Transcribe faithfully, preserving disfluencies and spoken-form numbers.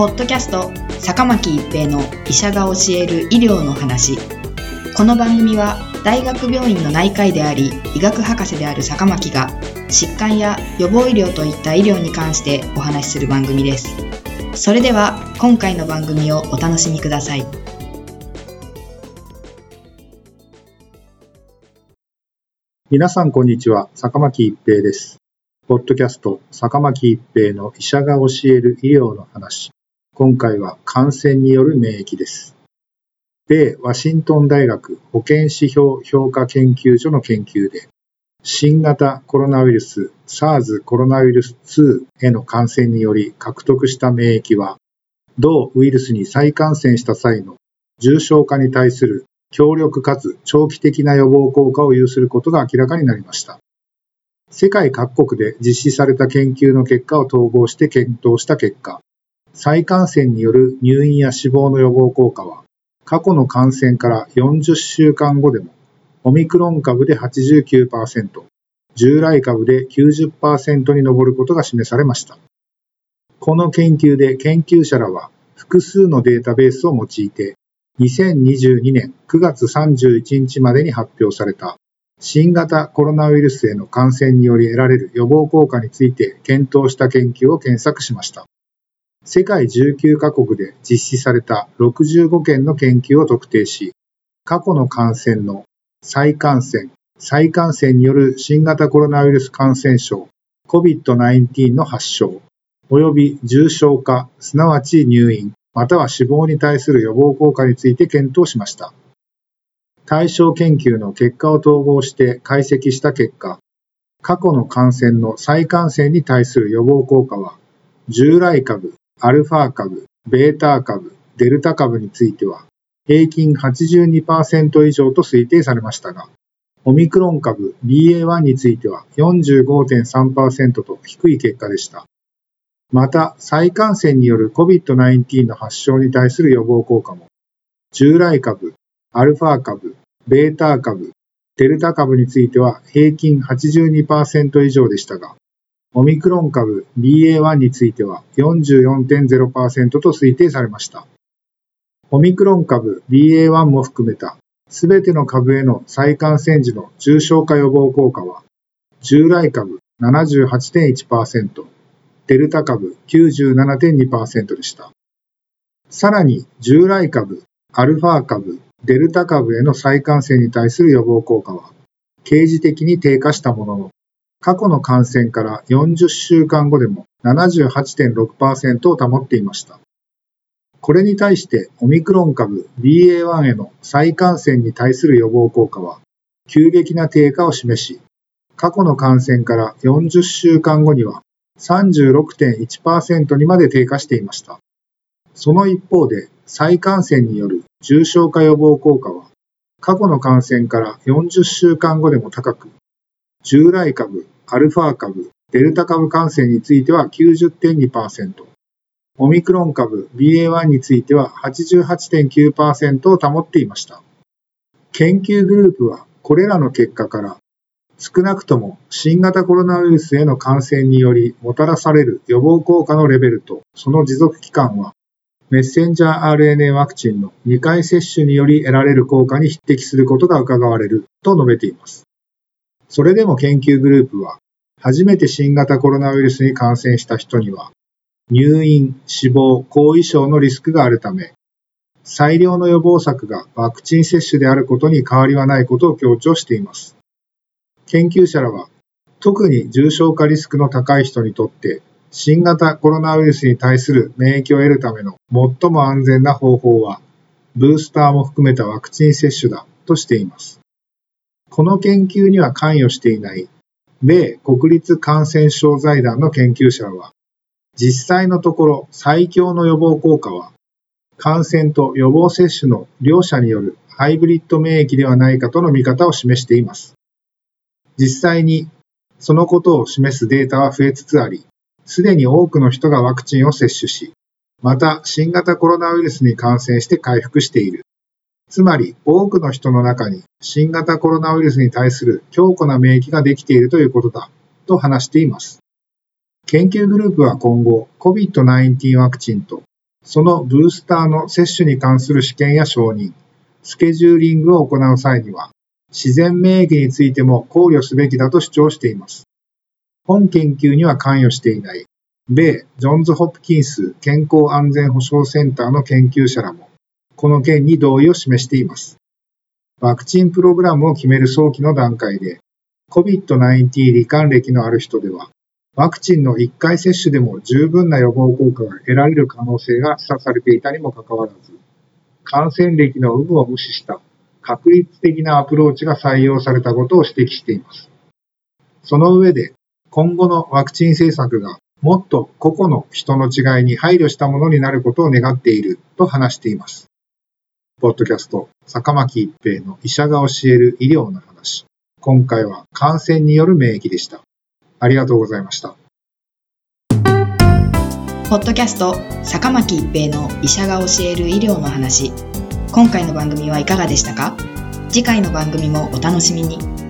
ポッドキャスト坂巻一平の医者が教える医療の話。この番組は大学病院の内科医であり医学博士である坂巻が疾患や予防医療といった医療に関してお話しする番組です。それでは今回の番組をお楽しみください。 皆さんこんにちは、坂巻一平です。ポッドキャスト坂巻一平の医者が教える医療の話。今回は感染による免疫です。米ワシントン大学保健指標評価研究所の研究で、新型コロナウイルス SARS コロナウイルスツーへの感染により獲得した免疫は、同ウイルスに再感染した際の重症化に対する強力かつ長期的な予防効果を有することが明らかになりました。世界各国で実施された研究の結果を統合して検討した結果、再感染による入院や死亡の予防効果は、過去の感染からよんじゅっしゅうかんごでも、オミクロン株で はちじゅうきゅうパーセント、従来株で きゅうじゅっパーセント に上ることが示されました。この研究で研究者らは、複数のデータベースを用いて、にせんにじゅうにねんくがつさんじゅういちにちまでに発表された新型コロナウイルスへの感染により得られる予防効果について検討した研究を検索しました。世界じゅうきゅうかこくで実施されたろくじゅうごけんの研究を特定し、過去の感染の再感染、再感染による新型コロナウイルス感染症 コビッドナインティーン の発症、及び重症化、すなわち入院、または死亡に対する予防効果について検討しました。対象研究の結果を統合して解析した結果、過去の感染の再感染に対する予防効果は、従来株、アルファ株、ベータ株、デルタ株については、平均 はちじゅうにパーセント 以上と推定されましたが、オミクロン株 ビーエーワン については よんじゅうごてんさんパーセント と低い結果でした。また、再感染による コビッドナインティーン の発症に対する予防効果も、従来株、アルファ株、ベータ株、デルタ株については平均 はちじゅうにパーセント 以上でしたが、オミクロン株 ビーエーワン については よんじゅうよんてんゼロパーセント と推定されました。オミクロン株 ビーエーワン も含めたすべての株への再感染時の重症化予防効果は、従来株 ななじゅうはちてんいちパーセント、デルタ株 きゅうじゅうななてんにパーセント でした。さらに従来株、アルファ株、デルタ株への再感染に対する予防効果は、掲示的に低下したものの、過去の感染からよんじゅっしゅうかんごでも ななじゅうはちてんろくパーセント を保っていました。これに対してオミクロン株 ビーエーワン への再感染に対する予防効果は、急激な低下を示し、過去の感染からよんじゅっしゅうかんごには さんじゅうろくてんいちパーセント にまで低下していました。その一方で、再感染による重症化予防効果は、過去の感染からよんじゅっしゅうかんごでも高く、従来株、アルファ株、デルタ株感染については きゅうじゅってんにパーセント、オミクロン株 ビーエーワン については はちじゅうはちてんきゅうパーセント を保っていました。研究グループはこれらの結果から、少なくとも新型コロナウイルスへの感染によりもたらされる予防効果のレベルとその持続期間は、メッセンジャー アールエヌエー ワクチンのにかい接種により得られる効果に匹敵することが伺われると述べています。それでも研究グループは、初めて新型コロナウイルスに感染した人には、入院、死亡、後遺症のリスクがあるため、最良の予防策がワクチン接種であることに変わりはないことを強調しています。研究者らは、特に重症化リスクの高い人にとって、新型コロナウイルスに対する免疫を得るための最も安全な方法は、ブースターも含めたワクチン接種だとしています。この研究には関与していない、米国立感染症財団の研究者らは、実際のところ最強の予防効果は、感染と予防接種の両者によるハイブリッド免疫ではないかとの見方を示しています。実際に、そのことを示すデータは増えつつあり、すでに多くの人がワクチンを接種し、また新型コロナウイルスに感染して回復している。つまり多くの人の中に新型コロナウイルスに対する強固な免疫ができているということだと話しています。研究グループは今後 コビッドナインティーン ワクチンとそのブースターの接種に関する試験や承認、スケジューリングを行う際には、自然免疫についても考慮すべきだと主張しています。本研究には関与していない、米ジョンズ・ホプキンス健康安全保障センターの研究者らも、この件に同意を示しています。ワクチンプログラムを決める早期の段階で、コビッドナインティーン 罹患歴のある人では、ワクチンのいっかい接種でも十分な予防効果が得られる可能性が示唆されていたにもかかわらず、感染歴の有無を無視した確率的なアプローチが採用されたことを指摘しています。その上で、今後のワクチン政策がもっと個々の人の違いに配慮したものになることを願っていると話しています。ポッドキャスト、坂巻一平の医者が教える医療の話。今回は感染による免疫でした。ありがとうございました。 ポッドキャスト、坂巻一平の医者が教える医療の話。今回の番組はいかがでしたか？次回の番組もお楽しみに。